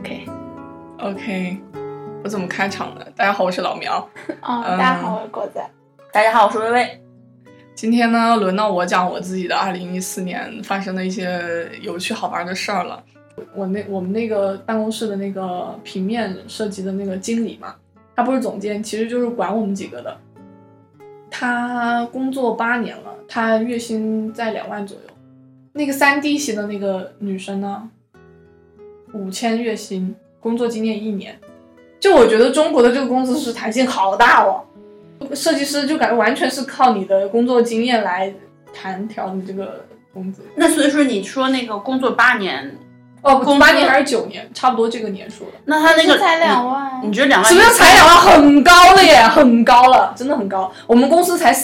OK， 我怎么开场的？大家好，我是老苗。 大家好，我是果仔。 大家好，我是薇薇。 今天呢，轮到我讲我自己的2014年发生的一些有趣好玩的事儿了。我们那个办公室的那个平面设计的那个经理嘛，他不是总监，其实就是管我们几个的。他工作8年了，他月薪在2万左右。那个3D 系的那个女生呢，5000月薪，工作经验1年。就我觉得中国的这个工资是弹性好大哦。设计师就感觉完全是靠你的工作经验来弹调你这个工资。 那所以说你说那个工作8年， 哦，8年还是9年，差不多这个年数了。 那他那个才2万， 你觉得2万？ 什么叫才2万？很高了耶，很高了，真的很高。我们公司才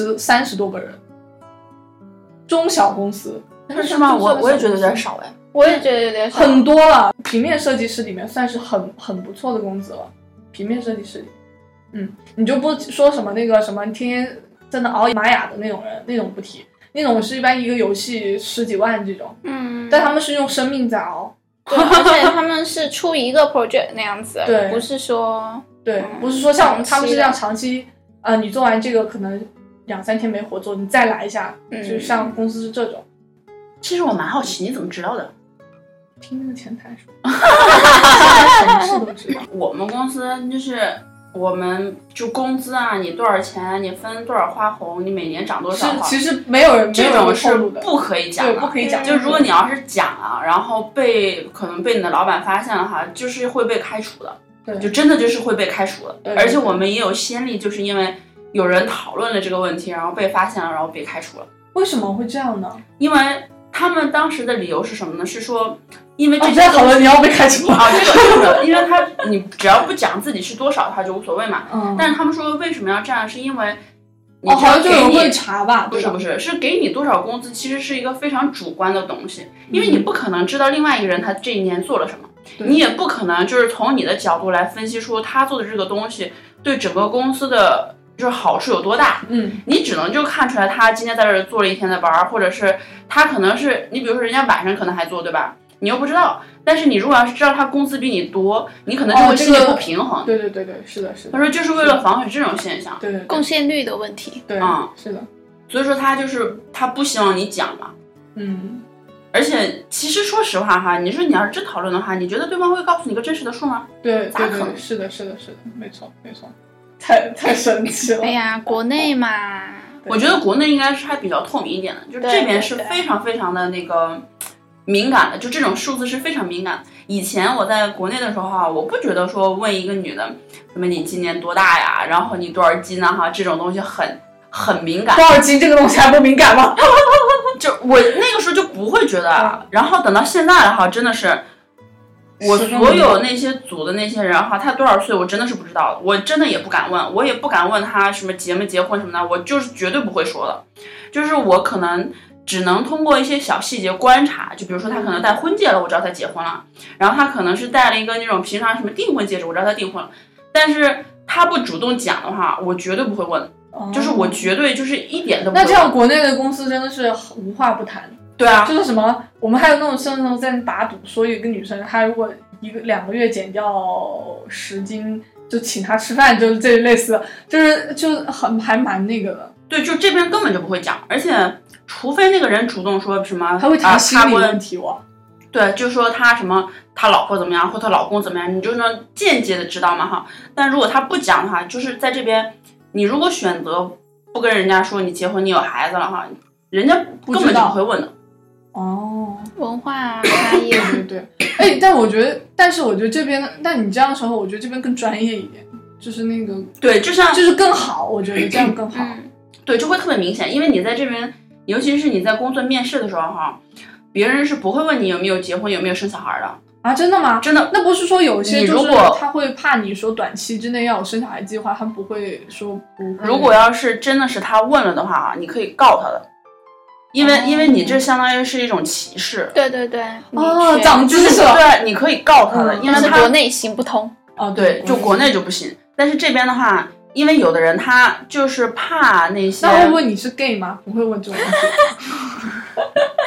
30多个人，中小公司。 是吗？我也觉得有点少哎。 我也觉得有点少。 很多了，平面设计师里面算是很不错的工资了。平面设计师里。你就不说什么那个什么天天真的熬玛雅的那种人，那种不提，那种是一般一个游戏10几万这种，但他们是用生命在熬， 对，而且他们是出一个 project 那样子， 对， 不是说不是说像他们是这样长期，你做完这个可能2-3天没活做，你再来一下，就像公司是这种。 其实我蛮好奇，你怎么知道的？ 听那个前台说，什么事都知道。 我们公司就是。我们就工资啊，你多少钱，你分多少花红，你每年涨多少？ 其实没有人这种是不可以讲的， 不可以讲。 就如果你要是讲啊，然后可能被你的老板发现了哈，就是会被开除的。 对， 就真的就是会被开除的。 对， 而且我们也有先例，就是因为有人讨论了这个问题，然后被发现了，然后被开除了。 为什么会这样呢？ 因为他们当时的理由是什么呢？是说。因为这些好了，你要被开除啊！这个，因为你只要不讲自己是多少的话就无所谓嘛。但是他们说为什么要这样？是因为你只要给你会查吧？ 不是，是给你多少工资，其实是一个非常主观的东西，因为你不可能知道另外一个人他这一年做了什么，你也不可能就是从你的角度来分析出他做的这个东西对整个公司的就是好处有多大。你只能就看出来他今天在这儿做了1天的班，或者是他可能是你比如说人家晚上可能还做，对吧？你又不知道，但是你如果要是知道他工资比你多，你可能就会心里不平衡。 对，是的。 他说就是为了防止这种现象， 对， 贡献率的问题。 对，是的。 所以说他不希望你讲嘛。而且其实说实话哈，你说你要是真讨论的话，你觉得对方会告诉你个真实的数吗？ 对， 咋可能？ 是的，没错，太神奇了。 哎呀，国内嘛， 我觉得国内应该是还比较透明一点的，就这边是非常非常的那个。敏感的，就这种数字是非常敏感的。以前我在国内的时候哈，我不觉得说问一个女的，什么你今年多大呀，然后你多少斤啊哈，这种东西很敏感。 多少斤这个东西还不敏感吗？ 就我那个时候就不会觉得，然后等到现在了哈，真的是，我所有那些组的那些人哈，他多少岁我真的是不知道的，我真的也不敢问，我也不敢问他什么结没结婚什么的，我就是绝对不会说的，就是我可能。只能通过一些小细节观察，就比如说他可能戴婚戒了，我知道他结婚了，然后他可能是戴了一个那种平常什么订婚戒指，我知道他订婚了，但是他不主动讲的话，我绝对不会问，就是我绝对就是一点都不会问。 那这样国内的公司真的是无话不谈。 对啊， 就是什么，我们还有那种甚至在打赌，说一个女生她如果2个月减掉10斤，就请她吃饭，就是这类似的，就还蛮那个的。 对，就这边根本就不会讲，而且除非那个人主动说什么， 他会谈心理问题哦。 对，就说他什么他老婆怎么样，或他老公怎么样，你就能间接的知道嘛哈。但如果他不讲的话，就是在这边，你如果选择不跟人家说你结婚你有孩子了哈，人家根本就不会问的。 文化差异。 对。但是我觉得这边，但你这样的时候，我觉得这边更专业一点，就是那个对，就是更好，我觉得这样更好。 对，就会特别明显，因为你在这边，尤其是你在工作面试的时候哈，别人是不会问你有没有结婚，有没有生小孩的啊？真的吗？ 真的。 那不是说有些就是他会怕你说短期之内要有生小孩计划，他不会说不会。 如果要是真的是他问了的话啊，你可以告他的，因为你这相当于是一种歧视。 对， 长知识了。 对，你可以告他的，因为他国内行不通。 对，就国内就不行，但是这边的话。因为有的人他就是怕那些， 那会问你是 gay 吗？不会问这种问题。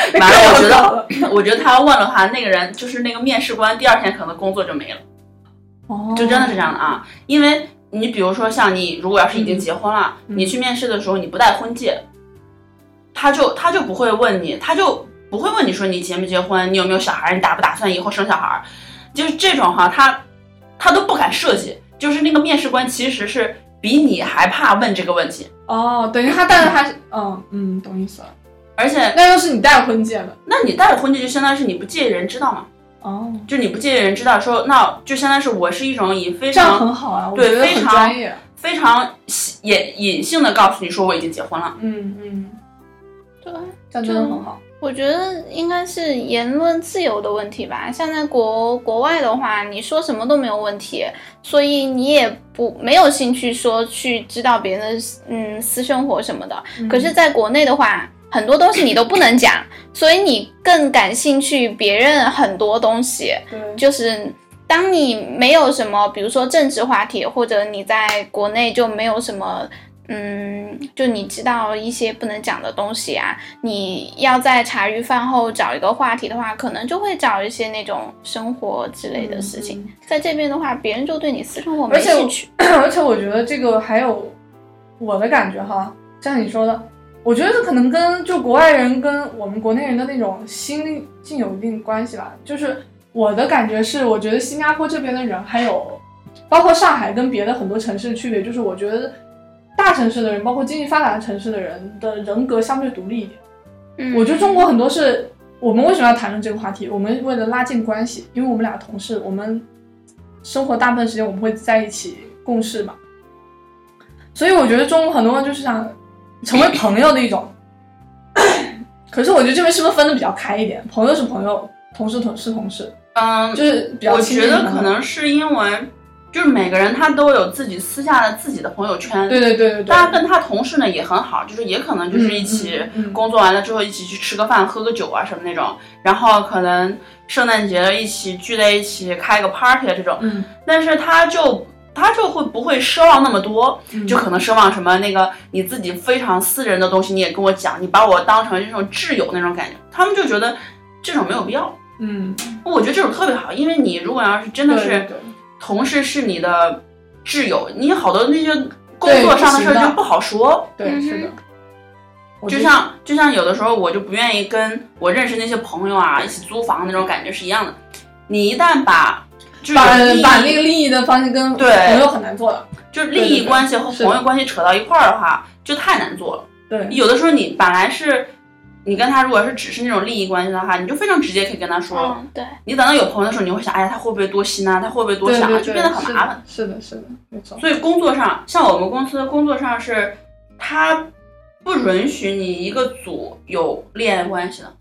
完了，我觉得他要问的话，那个人就是那个面试官，第二天可能工作就没了。 哦， 就真的是这样的啊，因为你比如说像你如果要是已经结婚了，你去面试的时候你不带婚戒，他就不会问你，他就不会问你说你结没结婚，你有没有小孩，你打不打算以后生小孩，就是这种哈，他都不敢设计，就是那个面试官其实是比你还怕问这个问题。 哦，等于他带着他是，懂意思了。 而且那要是你带婚戒的， 那你带了婚戒就相当于是你不介意人知道嘛。 哦， 就你不介意人知道说，那就相当于是我是一种以非常这样很好啊， 对， 我觉得很专业， 非常也隐性的告诉你说我已经结婚了。 对， 这样真的很好。 我觉得应该是言论自由的问题吧。像在国外的话，你说什么都没有问题，所以你也没有兴趣说去知道别人的私生活什么的。可是在国内的话，很多东西你都不能讲，所以你更感兴趣别人很多东西。 对， 就是当你没有什么，比如说政治话题，或者你在国内就没有什么。就你知道一些不能讲的东西啊，你要在茶余饭后找一个话题的话，可能就会找一些那种生活之类的事情。在这边的话，别人就对你私生活没兴趣。 而且我觉得这个还有我的感觉哈，像你说的，我觉得这可能跟就国外人跟我们国内人的那种心境有一定关系吧。就是我的感觉是，我觉得新加坡这边的人，还有包括上海跟别的很多城市的区别，就是我觉得大城市的人，包括经济发达的城市的人的人格相对独立一点。我觉得中国很多是我们为什么要谈论这个话题？我们为了拉近关系，因为我们俩同事，我们生活大部分时间我们会在一起共事嘛，所以我觉得中国很多人就是想成为朋友的一种。可是我觉得这边是不是分得比较开一点？朋友是朋友，同事是同事，就是比较我觉亲近的得可能是因为。就是每个人他都有自己私下的自己的朋友圈， 对， 大家跟他同事呢也很好，就是也可能就是一起工作完了之后一起去吃个饭喝个酒啊什么那种，然后可能圣诞节一起聚在一起开个 party 啊这种，但是他就会不会奢望那么多，就可能奢望什么那个你自己非常私人的东西你也跟我讲，你把我当成这种挚友那种感觉，他们就觉得这种没有必要。我觉得这种特别好，因为你如果要是真的是同事是你的挚友，你好多那些工作上的事就不好说。 对，是的。 就像有的时候我就不愿意跟我认识那些朋友啊一起租房那种感觉是一样的。你一旦把那个利益的方向跟朋友很难做的， 就是利益关系和朋友关系扯到一块儿的话，就太难做了。 对， 有的时候你本来是。你跟他如果是只是那种利益关系的话，你就非常直接可以跟他说。 对。 你等到有朋友的时候，你会想，哎呀，他会不会多心啊？他会不会多想啊？就变得很麻烦。 是的，没错。 所以工作上，像我们公司工作上是，他不允许你一个组有恋爱关系的。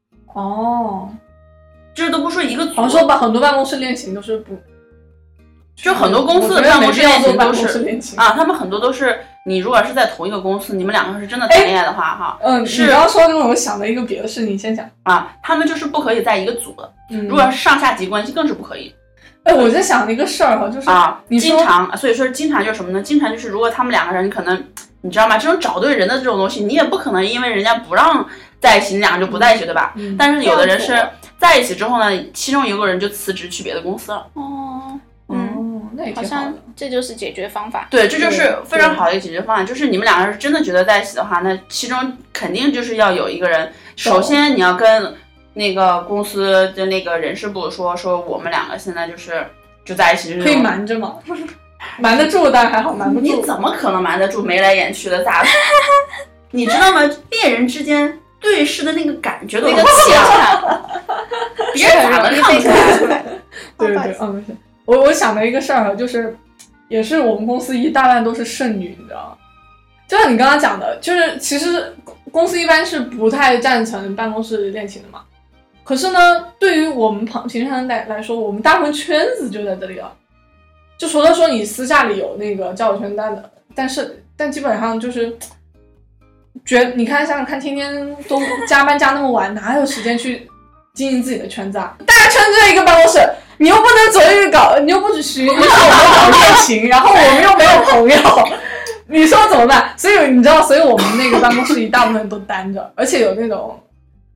这都不说一个组。好像说很多办公室恋情都是不。 就很多公司的办公室恋情都是啊，他们很多都是。你如果是在同一个公司，你们两个是真的谈恋爱的话，哈， 是你刚刚说这种，我想了一个别的事，你先讲啊。他们就是不可以在一个组的，如果是上下级关系更是不可以。 我在想一个事儿哈，就是经常，所以说经常就是什么呢？经常就是如果他们两个人可能你知道吗？这种找对人的这种东西，你也不可能因为人家不让在一起，你两个就不在一起，对吧？但是有的人是在一起之后呢，其中有个人就辞职去别的公司了。 那也挺好的。 好像这就是解决方法。 对，这就是非常好的一个解决方案。就是你们两个人是真的觉得在一起的话，那其中肯定就是要有一个人，首先你要跟那个公司的那个人事部说我们两个现在就在一起，就是可以瞒着吗？瞒得住，但还好瞒不住。 你怎么可能瞒得住？眉来眼去的咋的？你知道吗？恋人之间对视的那个感觉都那个气场， 别人咋能看出来？ 对，没事。我想的一个事儿，就是也是我们公司一大半都是剩女，你知道吗？就像你刚刚讲的，就是其实公司一般是不太赞成办公室恋情的嘛。可是呢，对于我们平常人来说，我们大部分圈子就在这里了。就除了说你私下里有那个交友圈的，但基本上就是你看想想看，天天都加班加那么晚，哪有时间去经营自己的圈子啊？大家圈子在一个办公室。你又不能左右搞，你又不许我们搞恋情，然后我们又没有朋友，你说怎么办？所以你知道，所以我们那个办公室一大部分都单着，而且有那种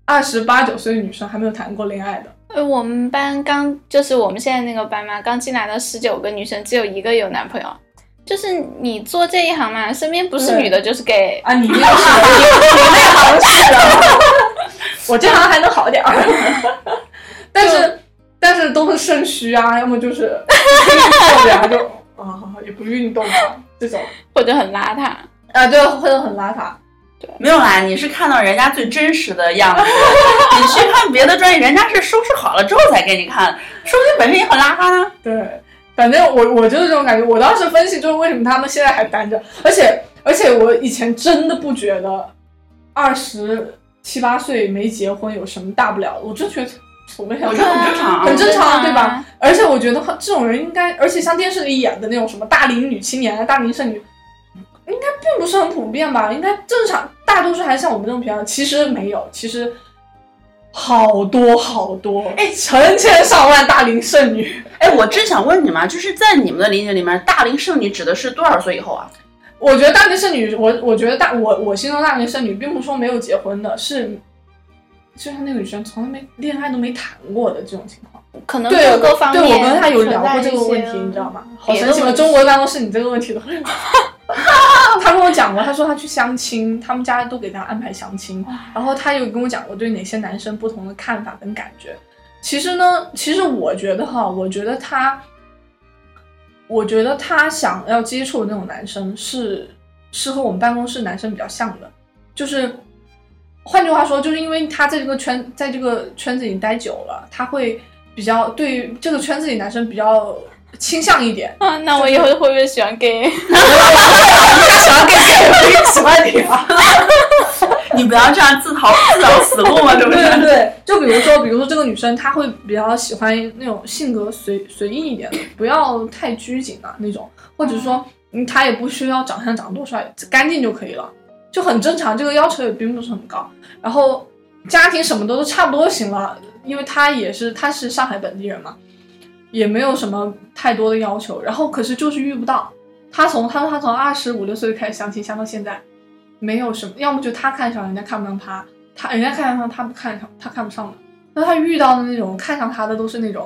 28、29岁的女生还没有谈过恋爱的。 我们班就是我们现在那个班嘛，刚进来的19个女生，只有1个有男朋友。就是你做这一行嘛，身边不是女的就是 gay 啊，你那个是你那行是的，我这行还能好点儿，但是都是肾虚啊，要么就是做着就也不运动啊这种， 或者很邋遢啊，对，或者很邋遢。 对，没有啦，你是看到人家最真实的样子，你去看别的专业，人家是收拾好了之后才给你看，说不定本身也很邋遢啊。 对。反正我就是这种感觉，我当时分析就是为什么他们现在还单着，而且我以前真的不觉得27、8岁没结婚有什么大不了的，我真觉得我觉得很正常，很正常，对吧？而且我觉得这种人应该，而且像电视里演的那种什么大龄女青年啊、大龄剩女，应该并不是很普遍吧？应该正常，大多数还是像我们这种平常。其实没有，其实好多，成千上万大龄剩女。 我真想问你们，就是在你们的理解里面，大龄剩女指的是多少岁以后啊？ 我觉得大龄剩女，我觉得我心中大龄剩女，并不是说没有结婚的，是就像那个女生从来恋爱都没谈过的这种情况， 可能各个方面。 对，我跟她有聊过这个问题，你知道吗？好神奇吗？中国办公室你这个问题都会。他跟我讲过，他说他去相亲，他们家都给他安排相亲，然后他有跟我讲过对哪些男生不同的看法跟感觉。其实我觉得他想要接触的那种男生是和我们办公室男生比较像的，就是换句话说，就是因为他在这个圈子里待久了，他会比较对于这个圈子里男生比较倾向一点啊。那我以后会不会喜欢 gay？ 他喜欢 gay， 我也喜欢你啊。 你不要这样自讨死路嘛，对不对？ 对，就比如说这个女生，她会比较喜欢那种性格随意一点的，不要太拘谨啊那种，或者说她也不需要长相长得多帅，干净就可以了，就很正常，这个要求也并不是很高。然后家庭什么都差不多就行了，因为她是上海本地人嘛，也没有什么太多的要求。然后可是就是遇不到，他从25、26岁开始相亲，相到现在。没有什么，要么就他看上人家看不上他，人家看上他不看上，他看不上的。那他遇到的那种看上他的都是那种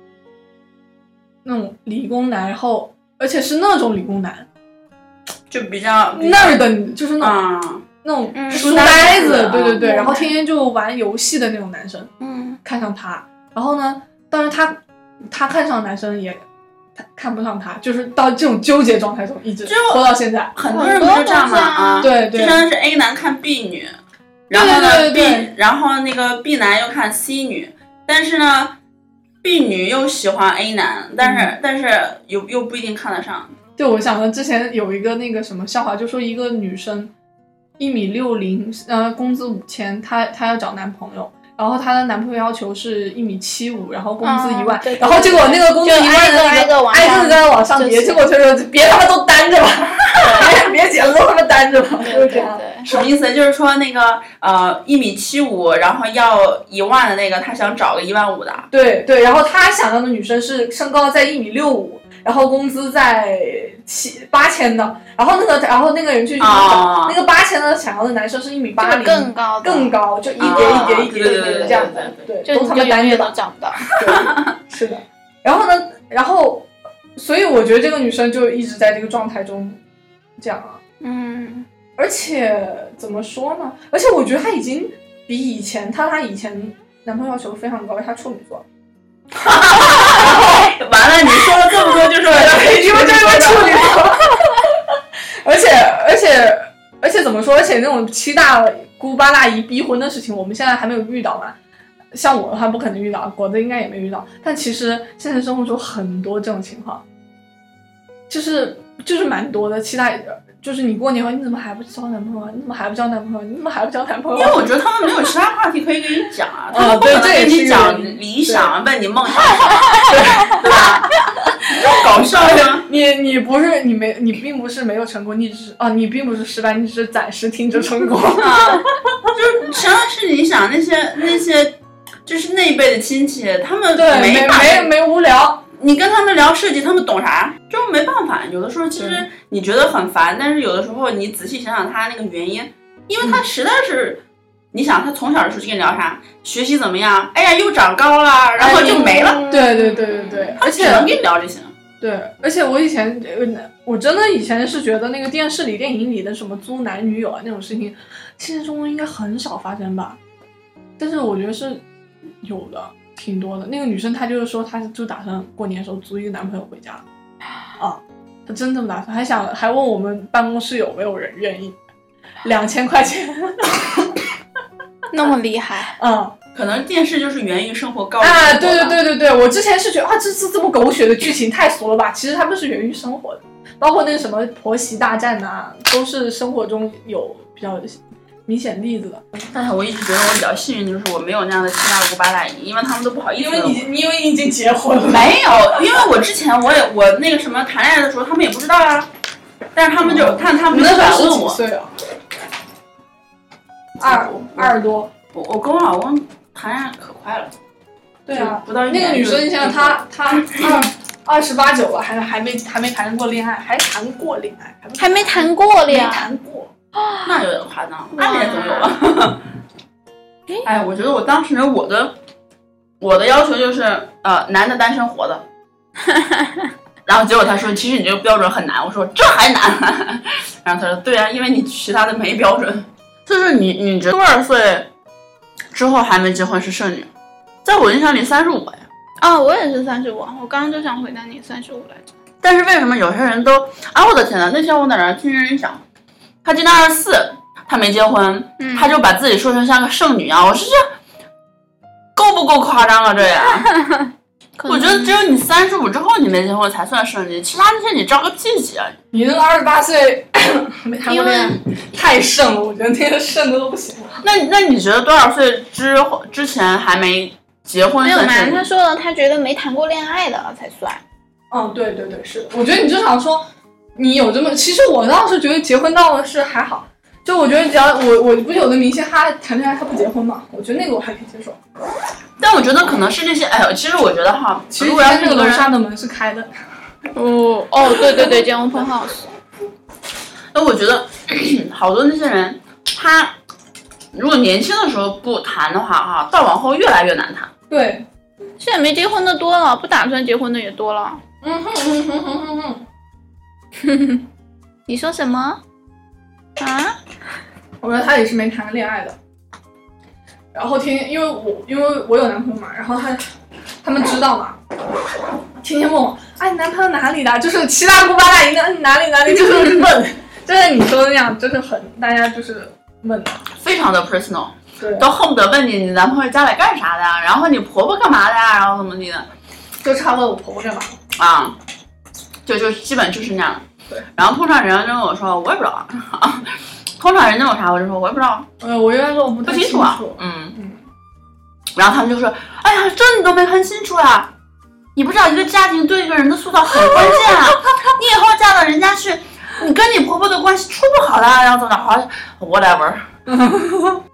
理工男，然后而且是那种理工男， 就比较那儿的，就是那种书呆子，对，然后天天就玩游戏的那种男生，看上他，然后呢，当然他看上男生也。他看不上他，就是到这种纠结状态中一直活到现在。 很多人不是这样嘛？ 对， 就相当于是 A 男看 B 女，然后呢 B， 然后那个 B 男又看 C 女，但是呢 B 女又喜欢 A 男，但是又不一定看得上。 对，我想到之前有一个那个什么笑话，就说一个女生1.60米，工资5000，她要找男朋友。然后她的男朋友要求是1.75米，然后工资1万，然后结果那个工资1万的那个挨个在往上叠，结果就是别他妈都单着吧，别结了都他妈单着吧，就是这样。 什么意思？就是说那个1.75米，然后要1万的那个，他想找个1.5万的。 对，然后他想要的女生是身高在1.65米，然后工资在8000的，然后那个人去找那个8000的想要的男生是1.80米，更高，就一叠这样子，对，都他妈单着都找不到。 对，是的。然后，所以我觉得这个女生就一直在这个状态中，这样啊，而且怎么说呢？而且我觉得她已经比以前，她以前男朋友要求非常高，她处女座。 完了，你说了这么多，就是为了因为处女座。而且怎么说？而且那种7大姑8大姨逼婚的事情，我们现在还没有遇到嘛。像我的话，不可能遇到，果子应该也没遇到。但其实现实生活中很多这种情况，就是蛮多的。7大就是你过年后，你怎么还不交男朋友？你怎么还不交男朋友？你怎么还不交男朋友？ 因为我觉得他们没有其他话题可以跟你讲啊，他们不可能跟你讲理想，问你梦想，对吧？搞笑呀！ 你并不是没有成功，你并不是失败，你只是暂时停止成功啊。就实际上是你想那些，就是那一辈的亲戚，他们没无聊。 你跟他们聊设计，他们懂啥？就没办法。有的时候其实你觉得很烦，但是有的时候你仔细想想他那个原因，因为他实在是你想他从小的时候就跟你聊啥，学习怎么样？哎呀，又长高了，然后就没了。 对， 而且能跟你聊这些。 对，而且我真的以前是觉得那个电视里、电影里的什么租男女友啊那种事情，现实中应该很少发生吧？但是我觉得是有的，挺多的。那个女生她就是说，她就打算过年的时候租一个男朋友回家啊，她真这么打算，还问我们办公室有没有人愿意，2000块钱， 那么厉害， 可能电视就是源于生活高啊，对，我之前是觉得啊，这么狗血的剧情太俗了吧？其实它们是源于生活的，包括那个什么婆媳大战呐，都是生活中有比较明显例子的。 但是我一直觉得我比较幸运，就是我没有那样的七大姑八大姨，因为他们都不好意思。 因为你已经结婚了。 没有，因为我之前我那个什么谈恋爱的时候，他们也不知道呀。但是他们就他们就不敢问我。 几岁啊？20多。 我跟我老公谈恋爱可快了。 对啊， 不到1年。 那个女生，你想她28、9了，还没谈过恋爱，还没谈过恋爱。 那有点夸张，2年总有了。哎，我觉得我当时我的要求就是男的单身活的。然后结果他说，其实你这个标准很难。我说这还难？然后他说对啊，因为你其他的没标准。就是你这多少岁之后还没结婚是剩女？在我印象里35呀。 哦，我也是35，我刚刚就想回答你35来着。 但是为什么有些人都啊？我的天呐，那天我在那听人讲，他今年24，他没结婚，他就把自己说成像个剩女啊！我说这够不够夸张啊？这呀，我觉得只有你35之后你没结婚才算剩女，其他那些你着个屁急啊！ 你那个28岁没谈过恋爱，太剩了，我觉得那个剩的都不行了。 那你觉得多少岁之前还没结婚？ 没有嘛？他说了，他觉得没谈过恋爱的才算。 对，是。我觉得你正常说，你有这么，其实我倒是觉得结婚到了是还好。就我觉得只要我不是有的明星他谈恋爱他不结婚嘛，我觉得那个我还可以接受。 但我觉得可能是那些其实我觉得哈， 其实如果要是那个楼上的门是开的。 对，见 open house。 那我觉得好多那些人，他如果年轻的时候不谈的话哈，到往后越来越难谈。 对， 现在没结婚的多了，不打算结婚的也多了。你说什么？啊？ 我觉得他也是没谈恋爱的，然后天天因为我有男朋友嘛，然后他们知道嘛，天天问我，哎，你男朋友哪里的？就是七大姑八大姨的，哪里，就是问，就像你说的那样，就是很大家就是问的， 非常的 personal， 对， 都恨不得问你男朋友家里干啥的呀，然后你婆婆干嘛的呀，然后怎么地的， 就差问我婆婆干嘛啊，就基本就是那样。 对， 然后通常人家跟我说我也不知道啊，通常人家有啥我就说我也不知道， 我原来说我不清楚啊，然后他们就说，哎呀，这你都没看清楚啊，你不知道一个家庭对一个人的塑造很关键啊，你以后嫁到人家去，你跟你婆婆的关系处不好了，然后怎么好 whatever。